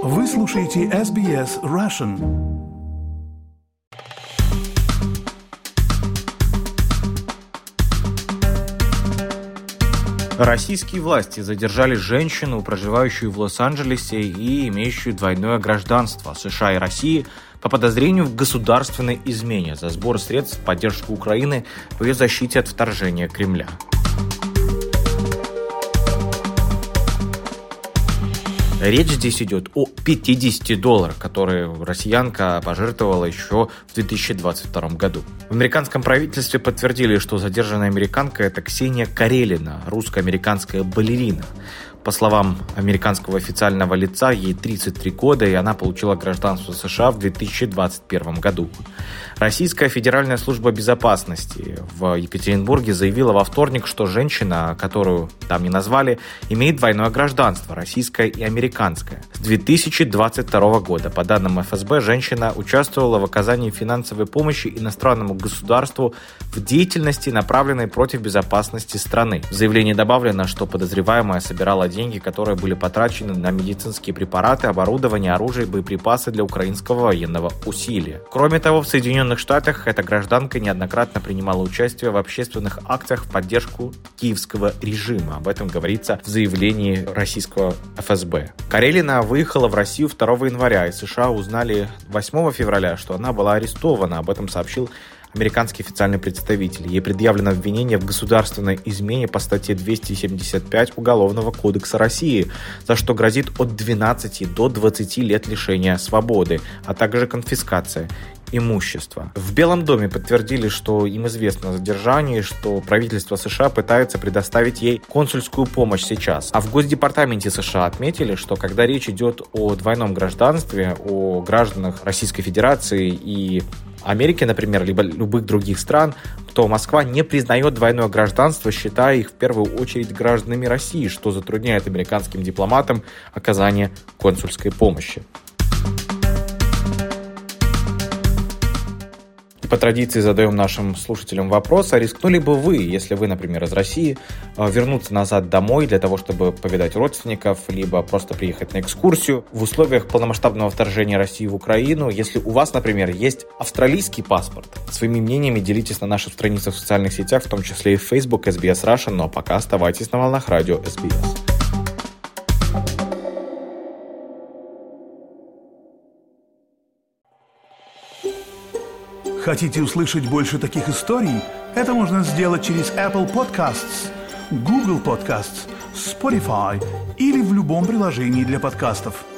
Вы слушаете SBS Russian. Российские власти задержали женщину, проживающую в Лос-Анджелесе и имеющую двойное гражданство США и России, по подозрению в государственной измене за сбор средств в поддержку Украины в ее защите от вторжения Кремля. Речь здесь идет о $50, которые россиянка пожертвовала еще в 2022 году. В американском правительстве подтвердили, что задержанная американка – это Ксения Карелина, русско-американская балерина. По словам американского официального лица, ей 33 года, и она получила гражданство США в 2021 году. Российская федеральная служба безопасности в Екатеринбурге заявила во вторник, что женщина, которую там не назвали, имеет двойное гражданство – российское и американское. С 2022 года, по данным ФСБ, женщина участвовала в оказании финансовой помощи иностранному государству в деятельности, направленной против безопасности страны. В заявлении добавлено, что подозреваемая собирала деньги, которые были потрачены на медицинские препараты, оборудование, оружие и боеприпасы для украинского военного усилия. Кроме того, в Соединенных Штатах эта гражданка неоднократно принимала участие в общественных акциях в поддержку киевского режима. Об этом говорится в заявлении российского ФСБ. Карелина выехала в Россию 2 января, и США узнали 8 февраля, что она была арестована. Об этом сообщил американский официальный представитель. Ей предъявлено обвинение в государственной измене по статье 275 Уголовного кодекса России, за что грозит от 12 до 20 лет лишения свободы, а также конфискация имущества. В Белом доме подтвердили, что им известно о задержании, что правительство США пытается предоставить ей консульскую помощь сейчас. А в Госдепартаменте США отметили, что когда речь идет о двойном гражданстве, о гражданах Российской Федерации и Америки, например, либо любых других стран, то Москва не признает двойное гражданство, считая их в первую очередь гражданами России, что затрудняет американским дипломатам оказание консульской помощи. И по традиции задаем нашим слушателям вопрос, а рискнули бы вы, если вы, например, из России, вернуться назад домой для того, чтобы повидать родственников, либо просто приехать на экскурсию в условиях полномасштабного вторжения России в Украину, если у вас, например, есть австралийский паспорт? Своими мнениями делитесь на наших страницах в социальных сетях, в том числе и в Facebook SBS Russian, но пока оставайтесь на волнах радио SBS. Хотите услышать больше таких историй? Это можно сделать через Apple Podcasts, Google Podcasts, Spotify или в любом приложении для подкастов.